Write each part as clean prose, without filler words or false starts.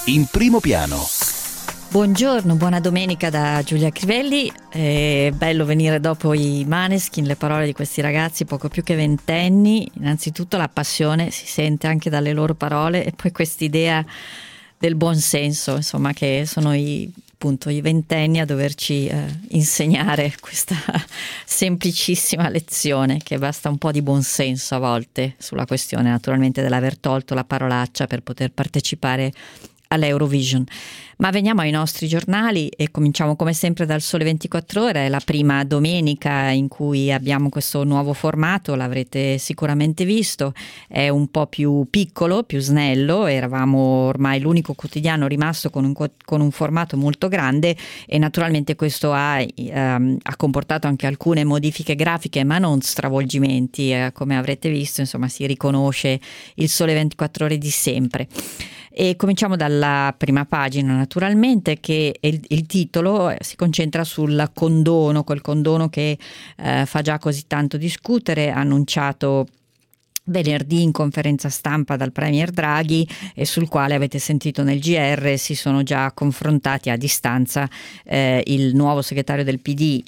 in primo piano. Buongiorno, buona domenica da Giulia Crivelli. È bello venire dopo i Maneskin, le parole di questi ragazzi poco più che ventenni. Innanzitutto la passione si sente anche dalle loro parole, e poi quest'idea del buonsenso, insomma, che sono i ventenni a doverci insegnare questa semplicissima lezione, che basta un po' di buonsenso a volte sulla questione, naturalmente, dell'aver tolto la parolaccia per poter partecipare all'Eurovision. Ma veniamo ai nostri giornali e cominciamo come sempre dal Sole 24 Ore. È la prima domenica in cui abbiamo questo nuovo formato, l'avrete sicuramente visto, è un po' più piccolo, più snello. Eravamo ormai l'unico quotidiano rimasto con un formato molto grande, e naturalmente questo ha comportato anche alcune modifiche grafiche, ma non stravolgimenti, come avrete visto. Insomma, si riconosce il Sole 24 Ore di sempre. E cominciamo dalla prima pagina, naturalmente, che il titolo si concentra sul condono, quel condono che fa già così tanto discutere, annunciato venerdì in conferenza stampa dal Premier Draghi, e sul quale avete sentito nel GR si sono già confrontati a distanza il nuovo segretario del PD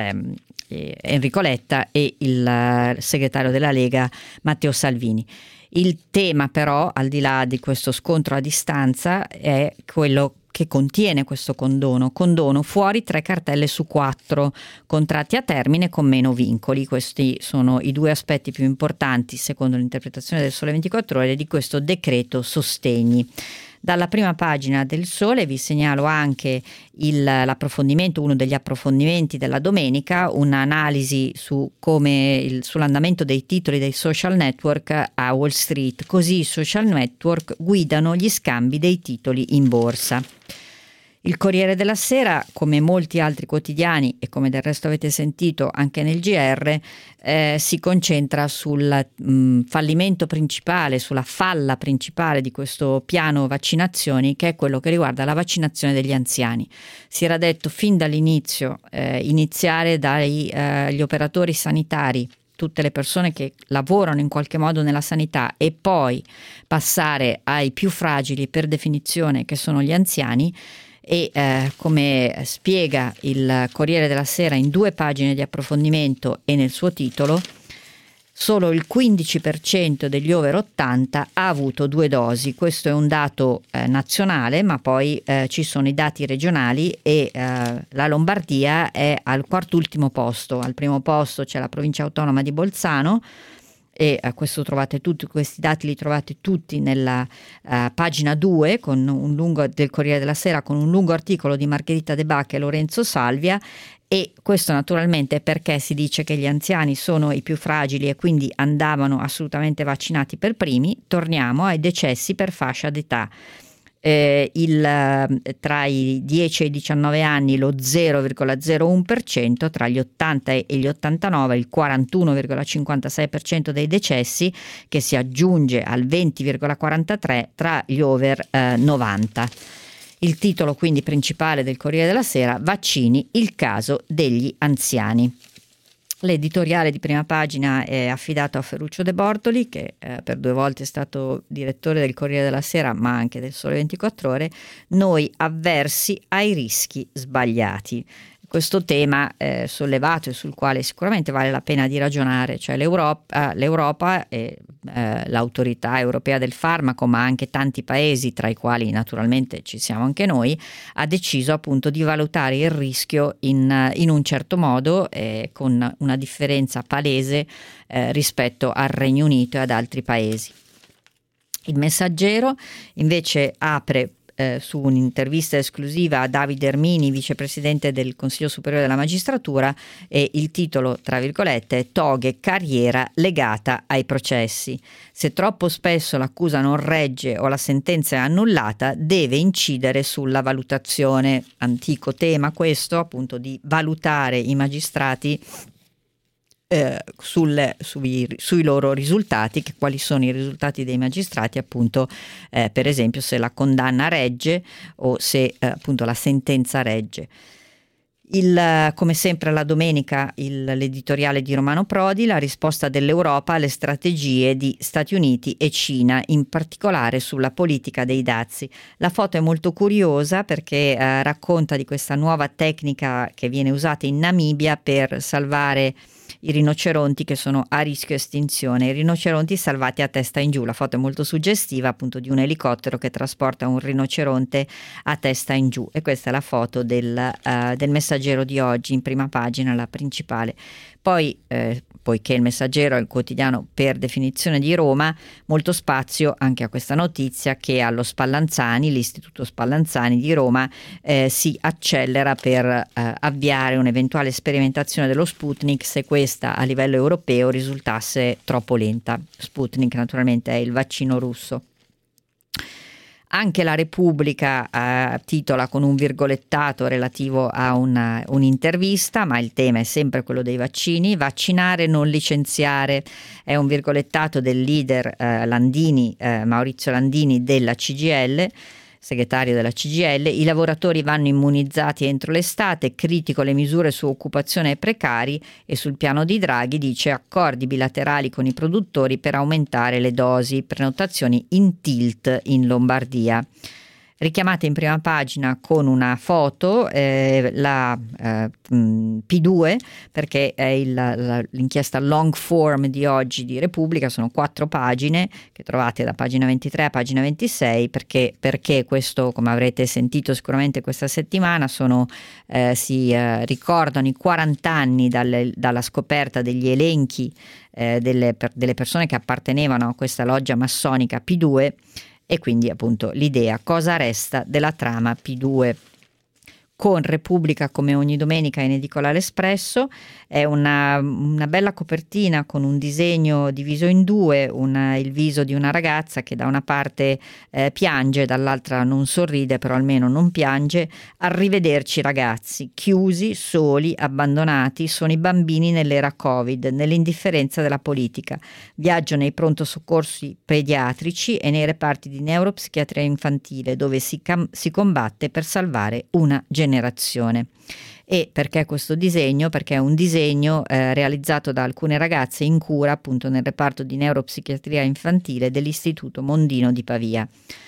Enrico Letta e il segretario della Lega Matteo Salvini. Il tema però, al di là di questo scontro a distanza, è quello che contiene questo condono fuori 3 cartelle su 4, contratti a termine con meno vincoli. Questi sono i due aspetti più importanti, secondo l'interpretazione del Sole 24 Ore, di questo decreto sostegni. Dalla prima pagina del Sole vi segnalo anche l'approfondimento, uno degli approfondimenti della domenica, un'analisi sull'andamento dei titoli dei social network a Wall Street. Così i social network guidano gli scambi dei titoli in borsa. Il Corriere della Sera, come molti altri quotidiani e come del resto avete sentito anche nel GR, si concentra sul fallimento principale, sulla falla principale di questo piano vaccinazioni, che è quello che riguarda la vaccinazione degli anziani. Si era detto fin dall'inizio, iniziare dagli operatori sanitari, tutte le persone che lavorano in qualche modo nella sanità, e poi passare ai più fragili per definizione, che sono gli anziani. E come spiega il Corriere della Sera in 2 pagine di approfondimento e nel suo titolo, solo il 15% degli over 80 ha avuto 2 dosi. Questo è un dato nazionale, ma poi ci sono i dati regionali, e la Lombardia è al 4º posto. Al primo posto c'è la provincia autonoma di Bolzano, e questi dati li trovate tutti nella pagina 2 del Corriere della Sera, con un lungo articolo di Margherita De Bacca e Lorenzo Salvia. E questo naturalmente perché si dice che gli anziani sono i più fragili e quindi andavano assolutamente vaccinati per primi. Torniamo ai decessi per fascia d'età. Tra i 10 e i 19 anni lo 0,01%, tra gli 80 e gli 89 il 41,56% dei decessi, che si aggiunge al 20,43% tra gli over 90. Il titolo quindi principale del Corriere della Sera: vaccini, il caso degli anziani. L'editoriale di prima pagina è affidato a Ferruccio De Bortoli, che per 2 volte è stato direttore del Corriere della Sera, ma anche del Sole 24 Ore. Noi avversi ai rischi sbagliati. Questo tema sollevato, e sul quale sicuramente vale la pena di ragionare, cioè l'Europa e l'autorità europea del farmaco, ma anche tanti paesi, tra i quali naturalmente ci siamo anche noi, ha deciso appunto di valutare il rischio in un certo modo, con una differenza palese rispetto al Regno Unito e ad altri paesi. Il Messaggero invece apre su un'intervista esclusiva a Davide Ermini, vicepresidente del Consiglio Superiore della Magistratura, e il titolo, tra virgolette, è "Toghe carriera legata ai processi. Se troppo spesso l'accusa non regge o la sentenza è annullata, deve incidere sulla valutazione". Antico tema questo, appunto, di valutare i magistrati sui loro risultati, che quali sono i risultati dei magistrati, appunto, per esempio se la condanna regge o se appunto la sentenza regge. Come sempre la domenica l'editoriale di Romano Prodi, la risposta dell'Europa alle strategie di Stati Uniti e Cina, in particolare sulla politica dei dazi. La foto è molto curiosa perché racconta di questa nuova tecnica che viene usata in Namibia per salvare i rinoceronti che sono a rischio estinzione, i rinoceronti salvati a testa in giù. La foto è molto suggestiva, appunto, di un elicottero che trasporta un rinoceronte a testa in giù, e questa è la foto del Messaggero di oggi, in prima pagina, la principale. Poi, poiché il Messaggero è il quotidiano per definizione di Roma, molto spazio anche a questa notizia che allo Spallanzani, l'Istituto Spallanzani di Roma, si accelera per avviare un'eventuale sperimentazione dello Sputnik se questa a livello europeo risultasse troppo lenta. Sputnik naturalmente è il vaccino russo. Anche la Repubblica titola con un virgolettato relativo a un'intervista, ma il tema è sempre quello dei vaccini. Vaccinare, non licenziare, è un virgolettato del leader Landini, Maurizio Landini, della CGIL, segretario della CGIL. I lavoratori vanno immunizzati entro l'estate, critico le misure su occupazione e precari, e sul piano di Draghi dice accordi bilaterali con i produttori per aumentare le dosi, prenotazioni in tilt in Lombardia. Richiamata in prima pagina con una foto la P2, perché è l'inchiesta long form di oggi di Repubblica, sono 4 pagine che trovate da pagina 23 a pagina 26, perché questo, come avrete sentito sicuramente questa settimana, si ricordano i 40 anni dalla scoperta degli elenchi delle persone che appartenevano a questa loggia massonica P2. E quindi appunto l'idea, cosa resta della trama P2. Con Repubblica, come ogni domenica, in edicola all'Espresso, è una bella copertina con un disegno diviso in due, il viso di una ragazza che da una parte piange, dall'altra non sorride, però almeno non piange. Arrivederci ragazzi, chiusi, soli, abbandonati, sono i bambini nell'era Covid, nell'indifferenza della politica. Viaggio nei pronto soccorsi pediatrici e nei reparti di neuropsichiatria infantile, dove si combatte per salvare una generazione. E perché questo disegno? Perché è un disegno realizzato da alcune ragazze in cura appunto nel reparto di neuropsichiatria infantile dell'Istituto Mondino di Pavia.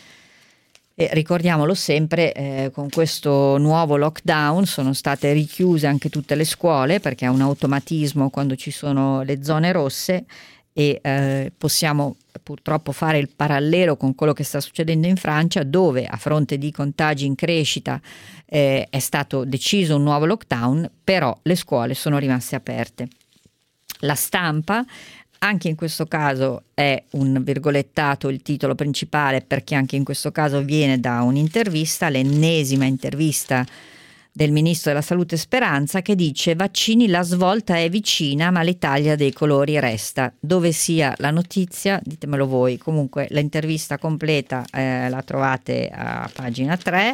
E ricordiamolo sempre, con questo nuovo lockdown sono state richiuse anche tutte le scuole, perché è un automatismo quando ci sono le zone rosse, e possiamo purtroppo fare il parallelo con quello che sta succedendo in Francia, dove a fronte di contagi in crescita è stato deciso un nuovo lockdown, però le scuole sono rimaste aperte. La Stampa, anche in questo caso è un virgolettato il titolo principale, perché anche in questo caso viene da un'intervista, l'ennesima intervista del ministro della salute Speranza, che dice: vaccini, la svolta è vicina ma l'Italia dei colori resta. Dove sia la notizia ditemelo voi. Comunque l'intervista completa la trovate a pagina 3.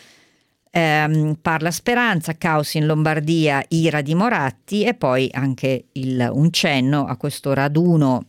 Parla Speranza, caos in Lombardia, ira di Moratti, e poi anche un cenno a questo raduno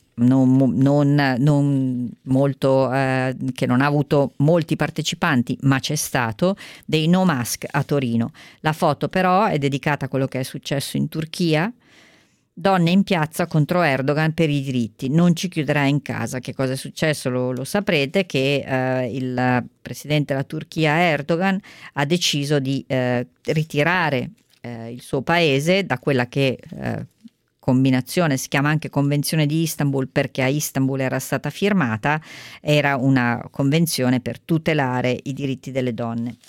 non molto che non ha avuto molti partecipanti, ma c'è stato, dei no mask a Torino. La foto però è dedicata a quello che è successo in Turchia. Donne in piazza contro Erdogan per i diritti, non ci chiuderà in casa. Che cosa è successo? Lo saprete, che il presidente della Turchia Erdogan ha deciso di ritirare il suo paese da quella che combinazione si chiama anche Convenzione di Istanbul, perché a Istanbul era stata firmata, era una convenzione per tutelare i diritti delle donne.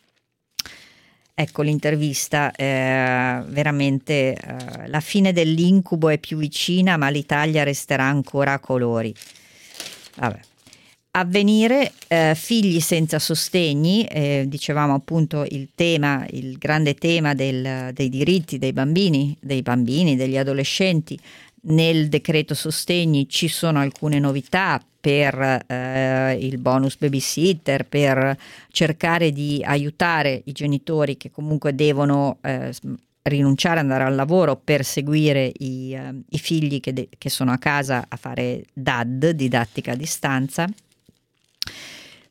Ecco l'intervista, veramente la fine dell'incubo è più vicina, ma l'Italia resterà ancora a colori. Vabbè. Avvenire, figli senza sostegni, dicevamo appunto il grande tema dei diritti dei bambini, degli adolescenti. Nel decreto sostegni ci sono alcune novità per il bonus babysitter, per cercare di aiutare i genitori che comunque devono rinunciare ad andare al lavoro per seguire i figli che sono a casa a fare DAD, didattica a distanza.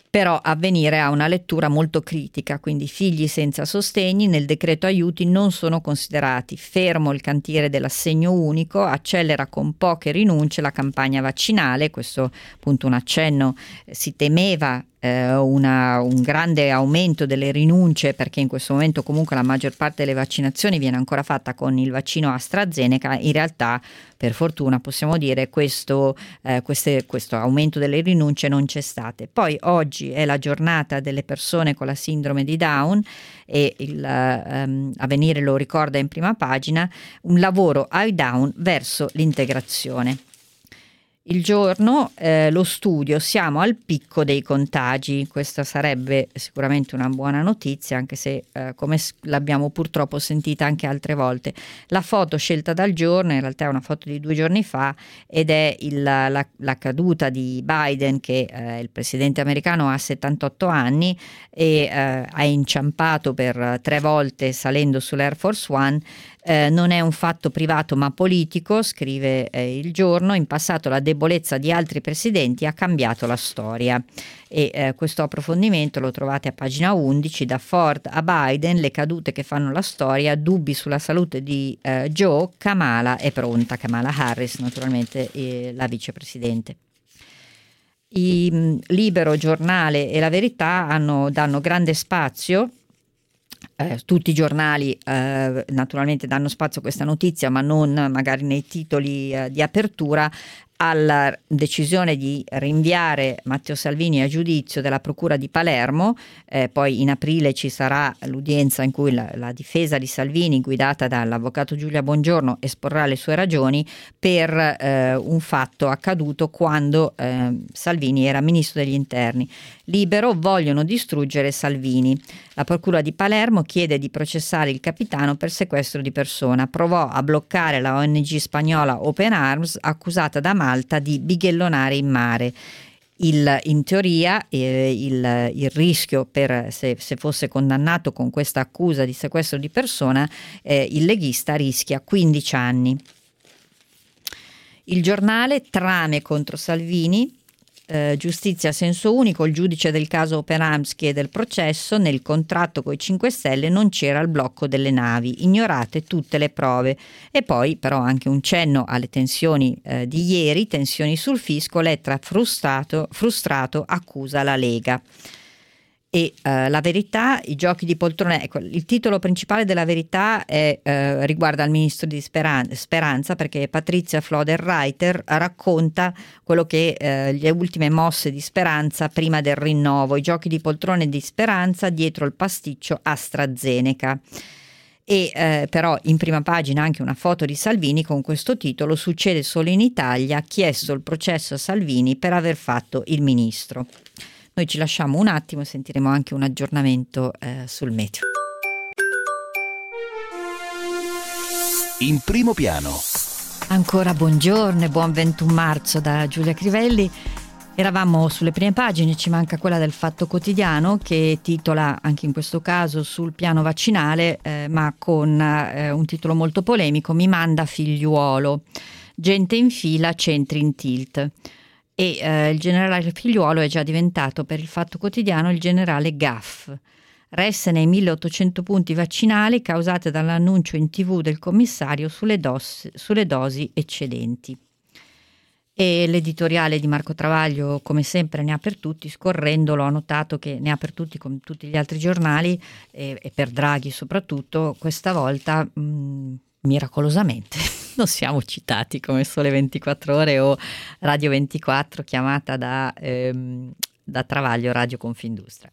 Però Avvenire ha una lettura molto critica, quindi figli senza sostegni nel decreto aiuti non sono considerati, fermo il cantiere dell'assegno unico, accelera con poche rinunce la campagna vaccinale, questo appunto un accenno, si temeva un grande aumento delle rinunce perché in questo momento comunque la maggior parte delle vaccinazioni viene ancora fatta con il vaccino AstraZeneca. In realtà per fortuna possiamo dire questo aumento delle rinunce non c'è state. Poi oggi è la giornata delle persone con la sindrome di Down e Avvenire lo ricorda in prima pagina, un lavoro ai Down verso l'integrazione. Il giorno, lo studio, siamo al picco dei contagi, questa sarebbe sicuramente una buona notizia, anche se come l'abbiamo purtroppo sentita anche altre volte. La foto scelta dal giorno in realtà è una foto di 2 giorni fa ed è la caduta di Biden, che il presidente americano ha 78 anni e ha inciampato per 3 volte salendo sull'Air Force One. Non è un fatto privato ma politico, scrive il giorno, in passato la debolezza di altri presidenti ha cambiato la storia e questo approfondimento lo trovate a pagina 11, da Ford a Biden, le cadute che fanno la storia, dubbi sulla salute di Joe, Kamala è pronta, Kamala Harris naturalmente la vicepresidente. Libero, Giornale e La Verità danno grande spazio. Tutti i giornali naturalmente danno spazio a questa notizia, ma non magari nei titoli di apertura, alla decisione di rinviare Matteo Salvini a giudizio della Procura di Palermo. Poi in aprile ci sarà l'udienza in cui la difesa di Salvini, guidata dall'avvocato Giulia Bongiorno, esporrà le sue ragioni per un fatto accaduto quando Salvini era ministro degli interni. Libero, vogliono distruggere Salvini. La Procura di Palermo chiede di processare il capitano per sequestro di persona. Provò a bloccare la ONG spagnola Open Arms, accusata da Malta di bighellonare in mare. In teoria il rischio se fosse condannato con questa accusa di sequestro di persona, il leghista rischia 15 anni. Il Giornale, trame contro Salvini. Giustizia a senso unico, il giudice del caso Open Arms chiede il processo, nel contratto coi 5 Stelle non c'era il blocco delle navi, ignorate tutte le prove. E poi però anche un cenno alle tensioni di ieri, tensioni sul fisco, Letta frustrato accusa la Lega. E La Verità, i giochi di poltrone, ecco, il titolo principale della Verità riguarda il ministro di Speranza, perché Patrizia Floder-Reiter racconta quello che le ultime mosse di Speranza prima del rinnovo, i giochi di poltrone di Speranza dietro il pasticcio AstraZeneca. E però in prima pagina anche una foto di Salvini con questo titolo: succede solo in Italia, chiesto il processo a Salvini per aver fatto il ministro. Noi ci lasciamo un attimo, sentiremo anche un aggiornamento sul meteo. In primo piano. Ancora buongiorno e buon 21 marzo da Giulia Crivelli. Eravamo sulle prime pagine, ci manca quella del Fatto Quotidiano che titola anche in questo caso sul piano vaccinale, ma con un titolo molto polemico: mi manda figliuolo, gente in fila, centri in tilt. E il generale Figliuolo è già diventato per il Fatto Quotidiano il generale Gaff. Restano i 1800 punti vaccinali causati dall'annuncio in TV del commissario sulle dosi eccedenti. E l'editoriale di Marco Travaglio, come sempre, ne ha per tutti. Scorrendolo ho notato che ne ha per tutti come tutti gli altri giornali, e per Draghi soprattutto. Questa volta miracolosamente non siamo citati come Sole 24 Ore o Radio 24, chiamata da Travaglio Radio Confindustria.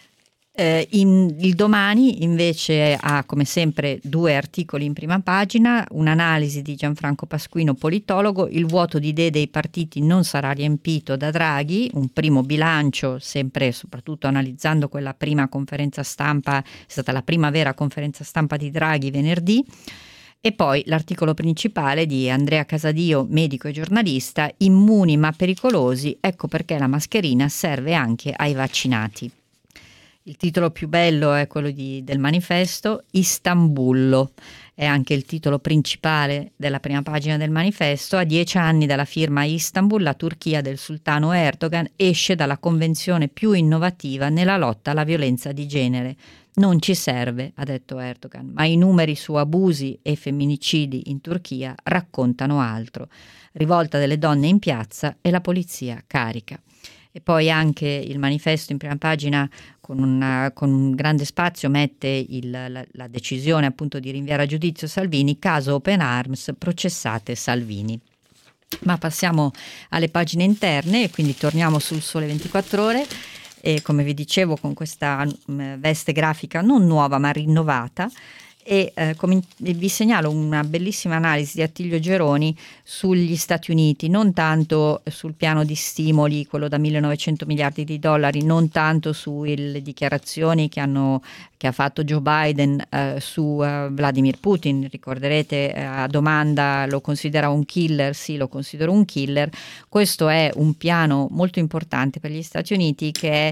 Il Domani invece ha come sempre 2 articoli in prima pagina, un'analisi di Gianfranco Pasquino, politologo: il vuoto di idee dei partiti non sarà riempito da Draghi, un primo bilancio, sempre e soprattutto analizzando quella prima conferenza stampa, è stata la prima vera conferenza stampa di Draghi venerdì. E poi l'articolo principale di Andrea Casadio, medico e giornalista: immuni ma pericolosi, ecco perché la mascherina serve anche ai vaccinati. Il titolo più bello è quello del manifesto, Istanbullo. È anche il titolo principale della prima pagina del manifesto. A 10 anni dalla firma a Istanbul, la Turchia del sultano Erdogan esce dalla convenzione più innovativa nella lotta alla violenza di genere. Non ci serve, ha detto Erdogan, ma i numeri su abusi e femminicidi in Turchia raccontano altro. Rivolta delle donne in piazza e la polizia carica. E poi anche il manifesto in prima pagina con un grande spazio mette la decisione appunto di rinviare a giudizio Salvini, caso Open Arms, processate Salvini. Ma passiamo alle pagine interne e quindi torniamo sul Sole 24 Ore e come vi dicevo con questa veste grafica non nuova ma rinnovata. E vi segnalo una bellissima analisi di Attilio Geroni sugli Stati Uniti, non tanto sul piano di stimoli, quello da 1.900 miliardi di dollari, non tanto sulle dichiarazioni che ha fatto Joe Biden su Vladimir Putin. Ricorderete a domanda: lo considera un killer? Sì, lo considero un killer. Questo è un piano molto importante per gli Stati Uniti che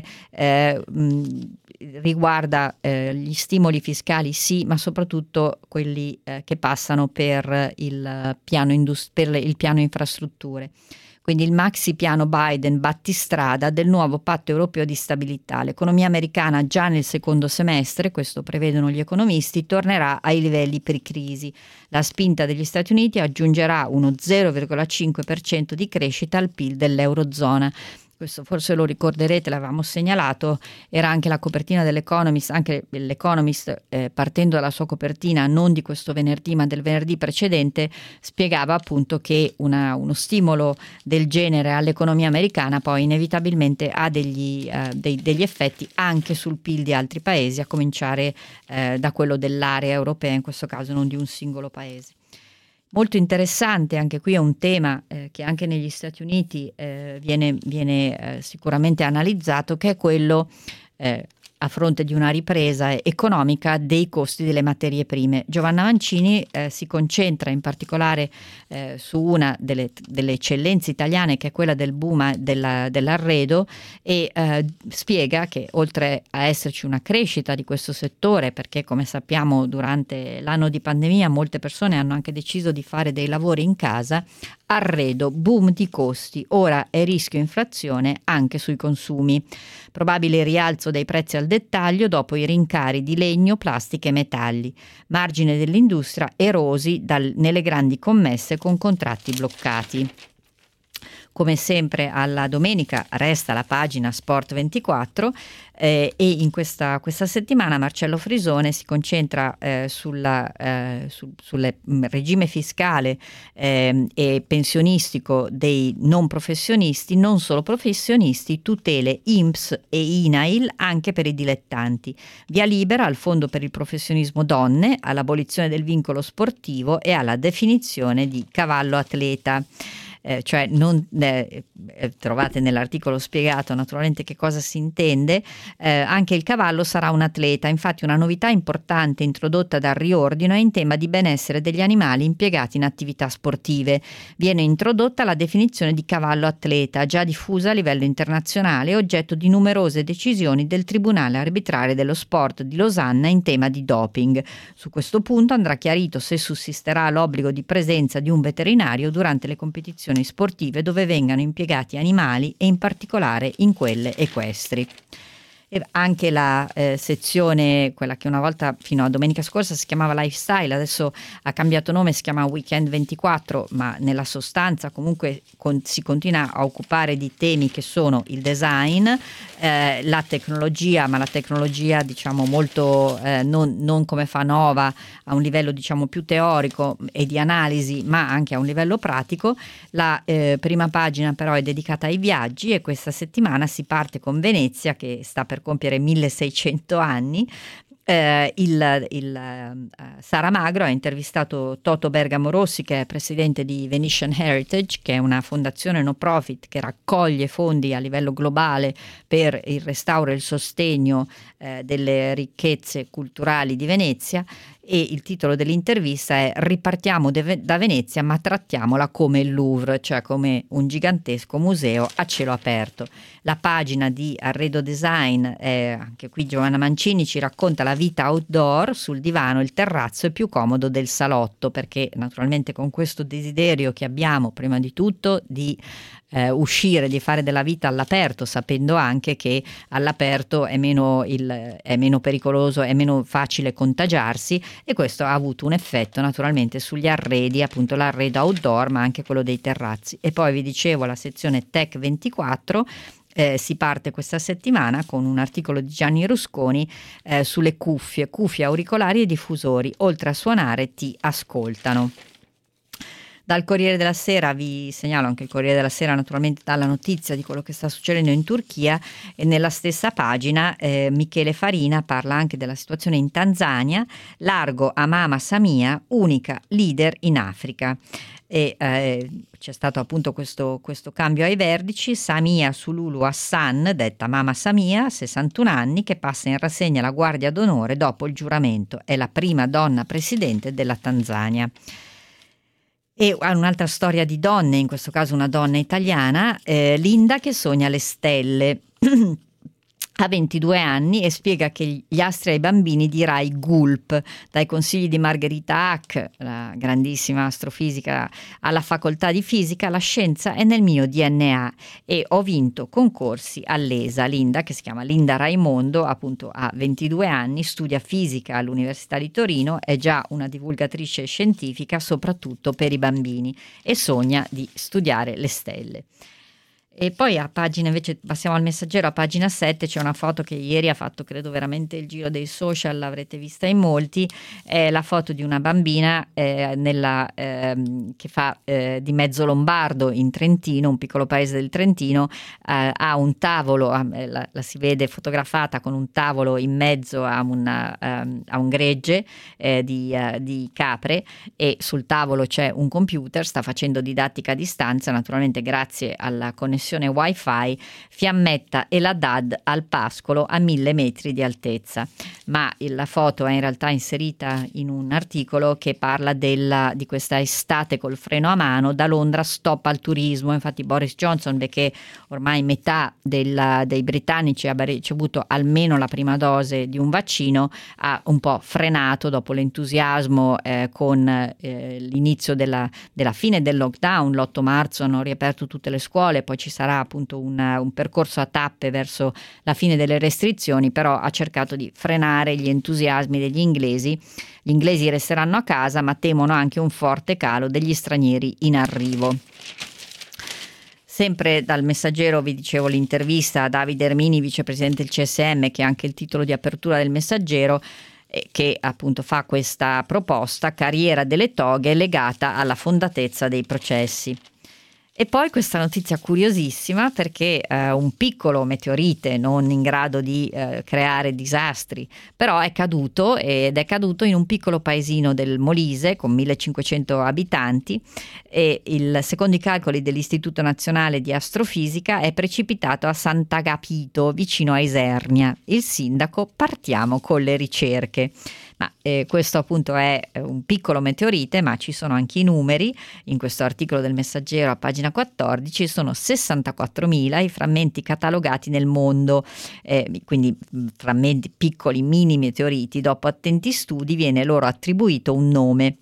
riguarda gli stimoli fiscali, sì, ma soprattutto quelli che passano per il piano infrastrutture. Quindi il maxi piano Biden battistrada del nuovo patto europeo di stabilità. L'economia americana già nel secondo semestre, questo prevedono gli economisti, tornerà ai livelli pre-crisi. La spinta degli Stati Uniti aggiungerà uno 0,5% di crescita al PIL dell'Eurozona. Questo forse lo ricorderete, l'avevamo segnalato, era anche la copertina dell'Economist, anche l'Economist partendo dalla sua copertina non di questo venerdì ma del venerdì precedente spiegava appunto che uno stimolo del genere all'economia americana poi inevitabilmente ha degli effetti anche sul PIL di altri paesi, a cominciare da quello dell'area europea, in questo caso non di un singolo paese. Molto interessante, anche qui è un tema che anche negli Stati Uniti viene sicuramente analizzato, che è quello a fronte di una ripresa economica dei costi delle materie prime. Giovanna Mancini si concentra in particolare su una delle eccellenze italiane, che è quella del boom dell'arredo, e spiega che oltre a esserci una crescita di questo settore, perché come sappiamo durante l'anno di pandemia molte persone hanno anche deciso di fare dei lavori in casa, arredo, boom di costi, ora è rischio inflazione anche sui consumi. Probabile rialzo dei prezzi al dettaglio dopo i rincari di legno, plastica e metalli. Margine dell'industria erosi nelle grandi commesse con contratti bloccati. Come sempre alla domenica resta la pagina Sport 24 e in questa settimana Marcello Frisone si concentra sul regime fiscale e pensionistico dei non professionisti, non solo professionisti, tutele INPS e INAIL anche per i dilettanti, via libera al fondo per il professionismo donne, all'abolizione del vincolo sportivo e alla definizione di cavallo atleta. Trovate nell'articolo spiegato naturalmente che cosa si intende. Anche il cavallo sarà un atleta. Infatti una novità importante introdotta dal riordino è in tema di benessere degli animali impiegati in attività sportive. Viene introdotta la definizione di cavallo atleta, già diffusa a livello internazionale e oggetto di numerose decisioni del Tribunale arbitrale dello sport di Losanna in tema di doping. Su questo punto andrà chiarito se sussisterà l'obbligo di presenza di un veterinario durante le competizioni sportive dove vengano impiegati animali e in particolare in quelle equestri. E anche la sezione, quella che una volta fino a domenica scorsa si chiamava Lifestyle, adesso ha cambiato nome, si chiama Weekend 24, ma nella sostanza comunque si continua a occupare di temi che sono il design, la tecnologia, ma la tecnologia diciamo molto non come fa Nova, a un livello diciamo più teorico e di analisi, ma anche a un livello pratico. La prima pagina però è dedicata ai viaggi e questa settimana si parte con Venezia, che sta per compiere 1600 anni. Sara Magro ha intervistato Toto Bergamo Rossi, che è presidente di Venetian Heritage, che è una fondazione no profit che raccoglie fondi a livello globale per il restauro e il sostegno delle ricchezze culturali di Venezia, e il titolo dell'intervista è "Ripartiamo da Venezia ma trattiamola come il Louvre", cioè come un gigantesco museo a cielo aperto. La pagina di Arredo Design, anche qui Giovanna Mancini ci racconta la vita outdoor. Sul divano il terrazzo è più comodo del salotto, perché naturalmente con questo desiderio che abbiamo prima di tutto di uscire, di fare della vita all'aperto, sapendo anche che all'aperto è meno pericoloso, è meno facile contagiarsi, e questo ha avuto un effetto naturalmente sugli arredi, appunto l'arredo outdoor ma anche quello dei terrazzi. E poi vi dicevo la sezione Tech 24. Si parte questa settimana con un articolo di Gianni Rusconi sulle cuffie, auricolari e diffusori, oltre a suonare ti ascoltano. Dal Corriere della Sera vi segnalo, anche il Corriere della Sera naturalmente dà la notizia di quello che sta succedendo in Turchia, e nella stessa pagina Michele Farina parla anche della situazione in Tanzania. Largo a Mama Samia, unica leader in Africa. E c'è stato appunto questo cambio ai vertici. Samia Suluhu Hassan, detta Mama Samia, 61 anni, che passa in rassegna la guardia d'onore dopo il giuramento, è la prima donna presidente della Tanzania. E un'altra storia di donne, in questo caso una donna italiana, Linda che sogna le stelle. Ha 22 anni e spiega che gli astri ai bambini di Rai Gulp, dai consigli di Margherita Hack, la grandissima astrofisica, alla facoltà di fisica. La scienza è nel mio DNA e ho vinto concorsi all'ESA. Linda, che si chiama Linda Raimondo, appunto ha 22 anni, studia fisica all'Università di Torino, è già una divulgatrice scientifica soprattutto per i bambini e sogna di studiare le stelle. E poi a pagina, invece passiamo al Messaggero, a pagina 7 c'è una foto che ieri ha fatto credo veramente il giro dei social, l'avrete vista in molti, è la foto di una bambina che fa di Mezzolombardo in Trentino, un piccolo paese del Trentino, ha un tavolo, la si vede fotografata con un tavolo in mezzo a un gregge di capre, e sul tavolo c'è un computer, sta facendo didattica a distanza, naturalmente grazie alla connessione wifi, fiammetta e la DAD al pascolo a 1000 metri di altezza. Ma la foto è in realtà inserita in un articolo che parla di questa estate col freno a mano. Da Londra stop al turismo. Infatti Boris Johnson, perché ormai metà dei britannici ha ricevuto almeno la prima dose di un vaccino, ha un po' frenato dopo l'entusiasmo con l'inizio della fine del lockdown. L'8 marzo hanno riaperto tutte le scuole, poi ci sarà appunto un percorso a tappe verso la fine delle restrizioni, però ha cercato di frenare gli entusiasmi degli inglesi. Gli inglesi resteranno a casa, ma temono anche un forte calo degli stranieri in arrivo. Sempre dal Messaggero vi dicevo l'intervista a Davide Ermini, vicepresidente del CSM, che è anche il titolo di apertura del Messaggero, che appunto fa questa proposta: carriera delle toghe legata alla fondatezza dei processi. E poi questa notizia curiosissima, perché un piccolo meteorite non in grado di creare disastri, però è caduto, ed è caduto in un piccolo paesino del Molise con 1500 abitanti, e secondo i calcoli dell'Istituto Nazionale di Astrofisica è precipitato a Sant'Agapito vicino a Isernia. Il sindaco: partiamo con le ricerche. Ma questo appunto è un piccolo meteorite, ma ci sono anche i numeri. In questo articolo del Messaggero a pagina 14 sono 64.000 i frammenti catalogati nel mondo, quindi frammenti piccoli, mini meteoriti. Dopo attenti studi viene loro attribuito un nome.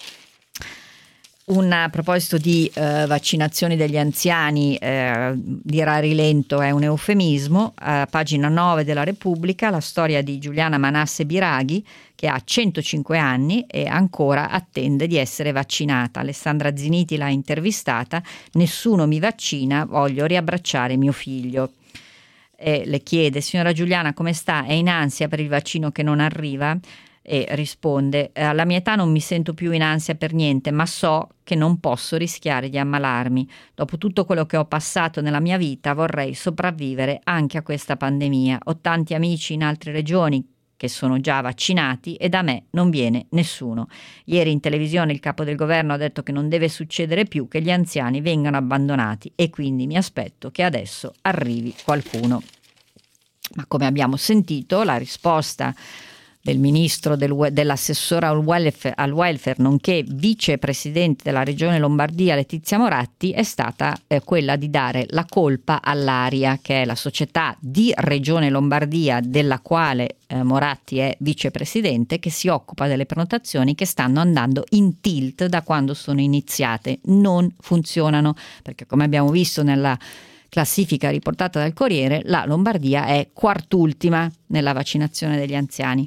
A proposito di vaccinazioni degli anziani, dire a rilento è un eufemismo. A pagina 9 della Repubblica la storia di Giuliana Manasse Biraghi, che ha 105 anni e ancora attende di essere vaccinata. Alessandra Ziniti l'ha intervistata: nessuno mi vaccina, voglio riabbracciare mio figlio. Le chiede: signora Giuliana, come sta? È in ansia per il vaccino che non arriva? E risponde: alla mia età non mi sento più in ansia per niente, ma so che non posso rischiare di ammalarmi. Dopo tutto quello che ho passato nella mia vita vorrei sopravvivere anche a questa pandemia. Ho tanti amici in altre regioni che sono già vaccinati e da me non viene nessuno. Ieri in televisione il capo del governo ha detto che non deve succedere più che gli anziani vengano abbandonati, e quindi mi aspetto che adesso arrivi qualcuno. Ma come abbiamo sentito, la risposta del ministro dell'assessore al welfare nonché vicepresidente della regione Lombardia Letizia Moratti è stata quella di dare la colpa all'Aria, che è la società di regione Lombardia della quale Moratti è vicepresidente, che si occupa delle prenotazioni che stanno andando in tilt da quando sono iniziate, non funzionano, perché come abbiamo visto nella classifica riportata dal Corriere, la Lombardia è quart'ultima nella vaccinazione degli anziani.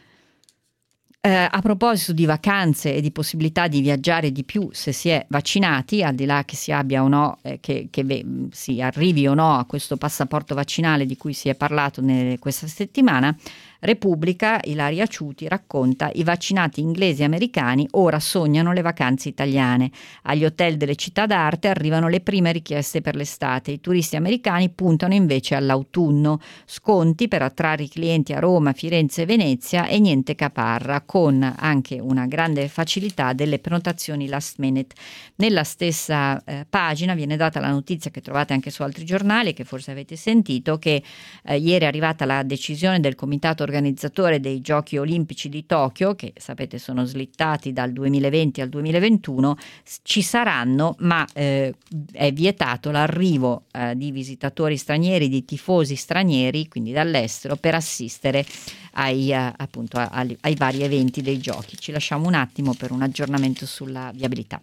A proposito di vacanze e di possibilità di viaggiare di più se si è vaccinati, al di là che si abbia o no, che si arrivi o no a questo passaporto vaccinale di cui si è parlato questa settimana, Repubblica, Ilaria Ciuti racconta: i vaccinati inglesi e americani ora sognano le vacanze italiane. Agli hotel delle città d'arte arrivano le prime richieste per l'estate. I turisti americani puntano invece all'autunno. Sconti per attrarre i clienti a Roma, Firenze e Venezia e niente caparra, con anche una grande facilità delle prenotazioni last minute. Nella stessa pagina viene data la notizia che trovate anche su altri giornali, che forse avete sentito, che ieri è arrivata la decisione del comitato organizzatore dei Giochi Olimpici di Tokyo, che sapete sono slittati dal 2020 al 2021, ci saranno, ma è vietato l'arrivo di visitatori stranieri, di tifosi stranieri, quindi dall'estero, per assistere ai vari eventi dei giochi. Ci lasciamo un attimo per un aggiornamento sulla viabilità.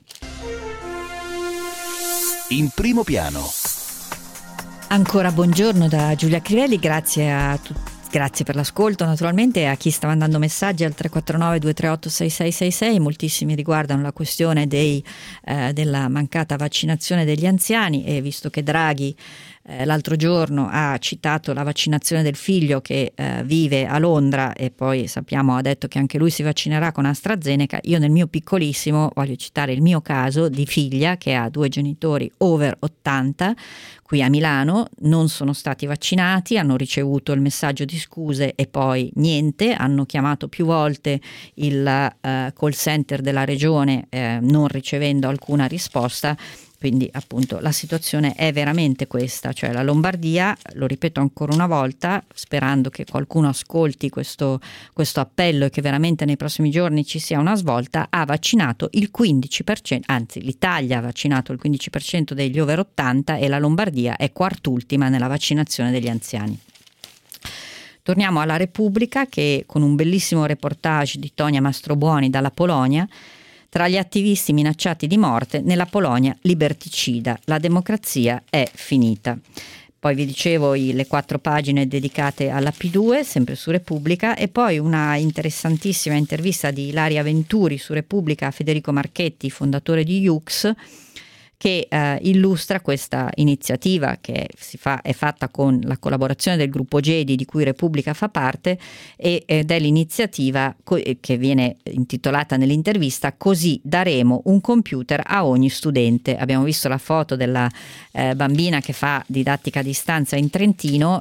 In primo piano. Ancora buongiorno da Giulia Crivelli, grazie a tutti. Grazie per l'ascolto, naturalmente, a chi sta mandando messaggi al 349 238 6666. Moltissimi riguardano la questione della mancata vaccinazione degli anziani, e visto che Draghi l'altro giorno ha citato la vaccinazione del figlio che vive a Londra, e poi sappiamo ha detto che anche lui si vaccinerà con AstraZeneca, io nel mio piccolissimo voglio citare il mio caso di figlia che ha 2 genitori over 80 qui a Milano, non sono stati vaccinati, hanno ricevuto il messaggio di scuse e poi niente, hanno chiamato più volte il call center della regione non ricevendo alcuna risposta. Quindi appunto la situazione è veramente questa, cioè la Lombardia, lo ripeto ancora una volta, sperando che qualcuno ascolti questo appello e che veramente nei prossimi giorni ci sia una svolta, ha vaccinato il 15%, anzi l'Italia ha vaccinato il 15% degli over 80 e la Lombardia è quart'ultima nella vaccinazione degli anziani. Torniamo alla Repubblica, che con un bellissimo reportage di Tonia Mastrobuoni dalla Polonia: tra gli attivisti minacciati di morte, nella Polonia liberticida, la democrazia è finita. Poi vi dicevo le 4 pagine dedicate alla P2, sempre su Repubblica, e poi una interessantissima intervista di Ilaria Venturi su Repubblica a Federico Marchetti, fondatore di Iux, che illustra questa iniziativa che è fatta con la collaborazione del gruppo Gedi di cui Repubblica fa parte, ed è l'iniziativa che viene intitolata nell'intervista "Così daremo un computer a ogni studente". Abbiamo visto la foto della bambina che fa didattica a distanza in Trentino,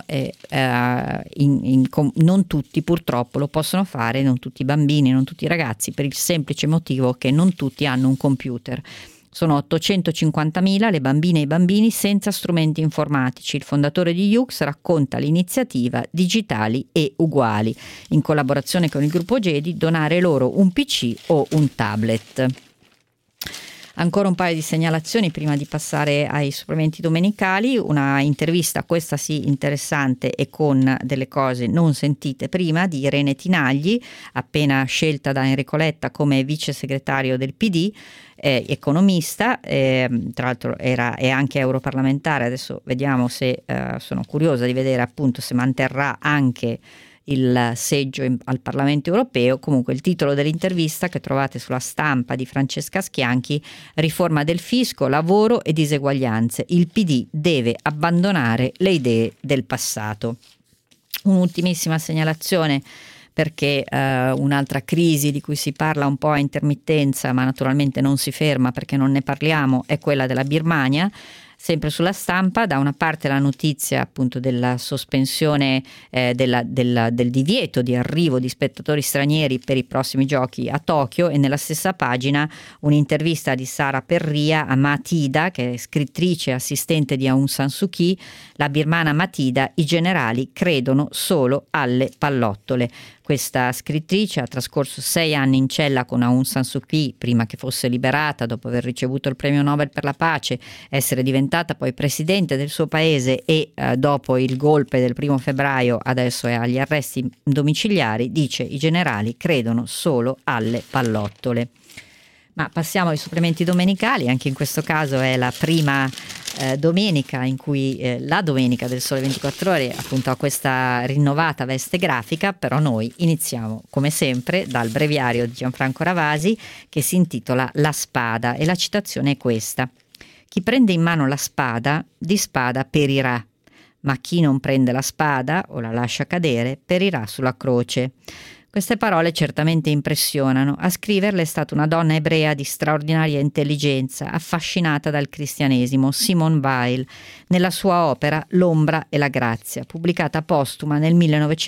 non tutti purtroppo lo possono fare, non tutti i bambini, non tutti i ragazzi, per il semplice motivo che non tutti hanno un computer. Sono 850.000 le bambine e i bambini senza strumenti informatici. Il fondatore di Iux racconta l'iniziativa Digitali e Uguali, in collaborazione con il gruppo Gedi, donare loro un PC o un tablet. Ancora un paio di segnalazioni prima di passare ai supplementi domenicali. Una intervista, questa sì interessante e con delle cose non sentite prima, di Irene Tinagli, appena scelta da Enrico Letta come vice segretario del PD, economista, tra l'altro è anche europarlamentare. Adesso vediamo se sono curiosa di vedere appunto se manterrà anche il seggio al Parlamento europeo. Comunque il titolo dell'intervista, che trovate sulla Stampa di Francesca Schianchi: riforma del fisco, lavoro e diseguaglianze, il PD deve abbandonare le idee del passato. Un'ultimissima segnalazione, perché un'altra crisi di cui si parla un po' a intermittenza, ma naturalmente non si ferma perché non ne parliamo, è quella della Birmania. Sempre sulla Stampa, da una parte la notizia appunto della sospensione del divieto di arrivo di spettatori stranieri per i prossimi giochi a Tokyo, e nella stessa pagina un'intervista di Sara Perria a Matida, che è scrittrice e assistente di Aung San Suu Kyi. La birmana Matida: i generali credono solo alle pallottole. Questa scrittrice ha trascorso 6 anni in cella con Aung San Suu Kyi prima che fosse liberata dopo aver ricevuto il premio Nobel per la pace, essere diventata poi presidente del suo paese e dopo il golpe del 1 febbraio adesso è agli arresti domiciliari. Dice: i generali credono solo alle pallottole. Ma passiamo ai supplementi domenicali. Anche in questo caso è la prima domenica in cui la domenica del Sole 24 Ore appunto ha questa rinnovata veste grafica, però noi iniziamo come sempre dal breviario di Gianfranco Ravasi, che si intitola La spada, e la citazione è questa: chi prende in mano la spada di spada perirà, ma chi non prende la spada o la lascia cadere perirà sulla croce. Queste parole certamente impressionano. A scriverle è stata una donna ebrea di straordinaria intelligenza, affascinata dal cristianesimo, Simone Weil, nella sua opera L'ombra e la grazia, pubblicata postuma nel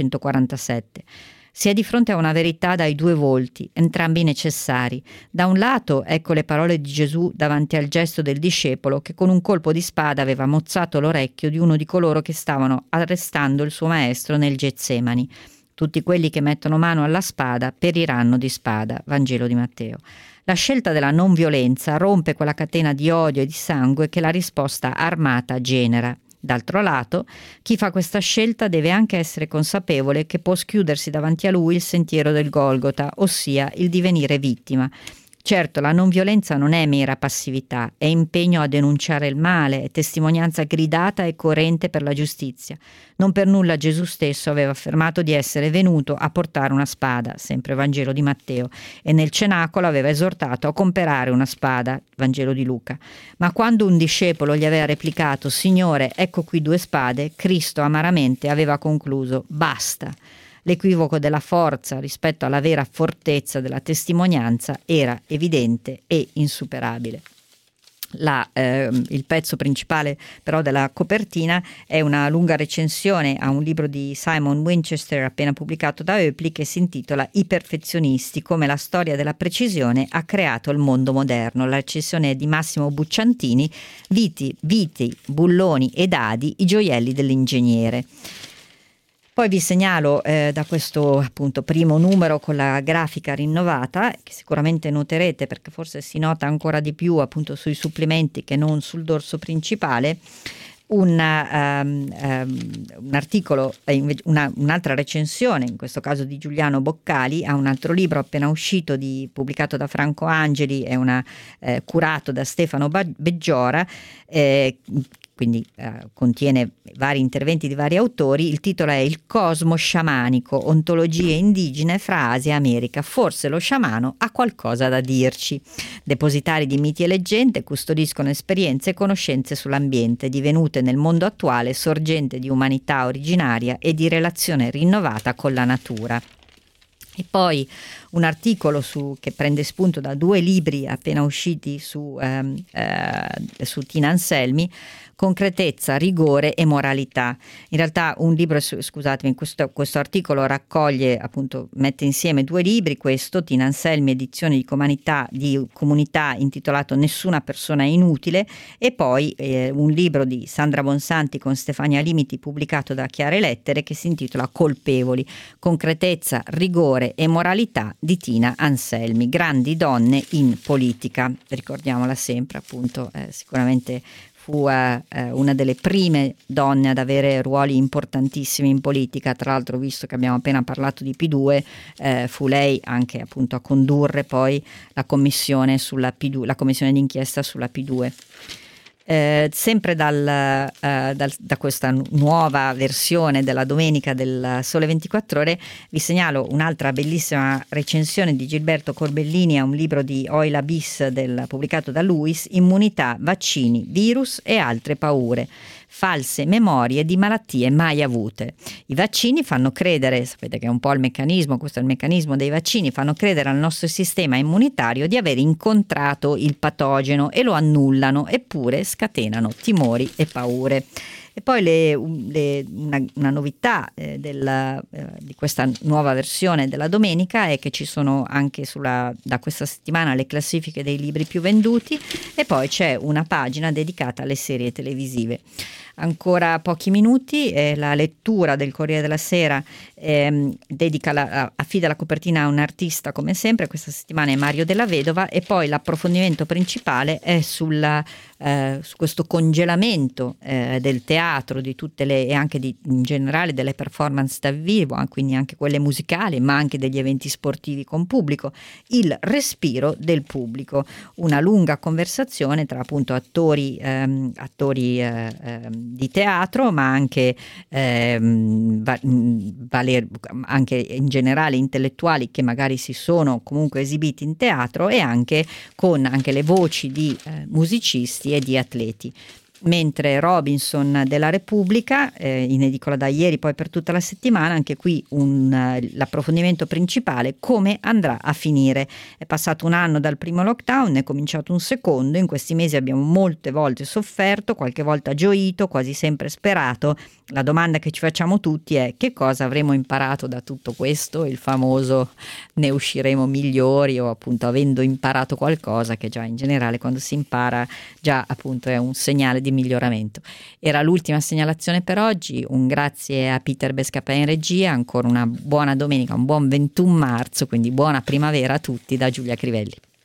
1947. Si è di fronte a una verità dai due volti, entrambi necessari. Da un lato, ecco le parole di Gesù davanti al gesto del discepolo che con un colpo di spada aveva mozzato l'orecchio di uno di coloro che stavano arrestando il suo maestro nel Getsemani. Tutti quelli che mettono mano alla spada periranno di spada. Vangelo di Matteo. La scelta della non violenza rompe quella catena di odio e di sangue che la risposta armata genera. D'altro lato, chi fa questa scelta deve anche essere consapevole che può schiudersi davanti a lui il sentiero del Golgota, ossia il divenire vittima. Certo, la non violenza non è mera passività, è impegno a denunciare il male, è testimonianza gridata e coerente per la giustizia. Non per nulla Gesù stesso aveva affermato di essere venuto a portare una spada, sempre Vangelo di Matteo, e nel cenacolo aveva esortato a comprare una spada, Vangelo di Luca. Ma quando un discepolo gli aveva replicato: Signore, ecco qui 2 spade, Cristo amaramente aveva concluso: basta. L'equivoco della forza rispetto alla vera fortezza della testimonianza era evidente e insuperabile. Il pezzo principale però della copertina è una lunga recensione a un libro di Simon Winchester appena pubblicato da Hoepli, che si intitola I perfezionisti, come la storia della precisione ha creato il mondo moderno. La recensione è di Massimo Bucciantini, Viti, bulloni e dadi, i gioielli dell'ingegnere. Poi vi segnalo da questo appunto primo numero con la grafica rinnovata, che sicuramente noterete perché forse si nota ancora di più appunto sui supplementi che non sul dorso principale, un articolo, un'altra recensione, in questo caso di Giuliano Boccali, a un altro libro appena uscito pubblicato da Franco Angeli, è curato da Stefano Beggiora, quindi contiene vari interventi di vari autori. Il titolo è Il cosmo sciamanico, ontologie indigene fra Asia e America. Forse lo sciamano ha qualcosa da dirci. Depositari di miti e leggende custodiscono esperienze e conoscenze sull'ambiente, divenute nel mondo attuale sorgente di umanità originaria e di relazione rinnovata con la natura. E poi un articolo che prende spunto da 2 libri appena usciti su Tina Anselmi, Concretezza, rigore e moralità. In realtà un libro, scusatemi, questo articolo raccoglie, appunto, mette insieme 2 libri, questo Tina Anselmi, edizione di comunità, intitolato Nessuna persona è inutile, e poi un libro di Sandra Bonsanti con Stefania Limiti, pubblicato da Chiare Lettere, che si intitola Colpevoli, concretezza, rigore e moralità di Tina Anselmi, grandi donne in politica. Ricordiamola sempre, appunto, sicuramente fu una delle prime donne ad avere ruoli importantissimi in politica. Tra l'altro, visto che abbiamo appena parlato di P2, fu lei anche appunto a condurre poi la commissione sulla P2, la commissione d'inchiesta sulla P2. Sempre da questa nuova versione della domenica del Sole 24 Ore vi segnalo un'altra bellissima recensione di Gilberto Corbellini a un libro di Oila Bis pubblicato da Luis, Immunità, vaccini, virus e altre paure. false memorie di malattie mai avute. I vaccini fanno credere, sapete che è un po' il meccanismo, questo è il meccanismo dei vaccini, fanno credere al nostro sistema immunitario di aver incontrato il patogeno e lo annullano, eppure scatenano timori e paure. E poi una novità di questa nuova versione della domenica è che ci sono anche da questa settimana le classifiche dei libri più venduti, e poi c'è una pagina dedicata alle serie televisive. Ancora pochi minuti, la lettura del Corriere della Sera affida la copertina a un artista come sempre, questa settimana è Mario Della Vedova, e poi l'approfondimento principale è su questo congelamento del teatro, di tutte e anche in generale delle performance dal vivo, quindi anche quelle musicali, ma anche degli eventi sportivi con pubblico, il respiro del pubblico, una lunga conversazione tra appunto attori di teatro, ma anche anche in generale intellettuali che magari si sono comunque esibiti in teatro, e anche con anche le voci di musicisti e di atleti. Mentre Robinson della Repubblica, in edicola da ieri, poi per tutta la settimana, anche qui l'approfondimento principale: come andrà a finire. È passato un anno dal primo lockdown, è cominciato un secondo, in questi mesi abbiamo molte volte sofferto, qualche volta gioito, quasi sempre sperato. La domanda che ci facciamo tutti è: che cosa avremo imparato da tutto questo? Il famoso ne usciremo migliori, o appunto avendo imparato qualcosa, che già in generale quando si impara già appunto è un segnale di miglioramento. Era l'ultima segnalazione per oggi, un grazie a Peter Bescapè in regia, ancora una buona domenica, un buon 21 marzo, quindi buona primavera a tutti da Giulia Crivelli.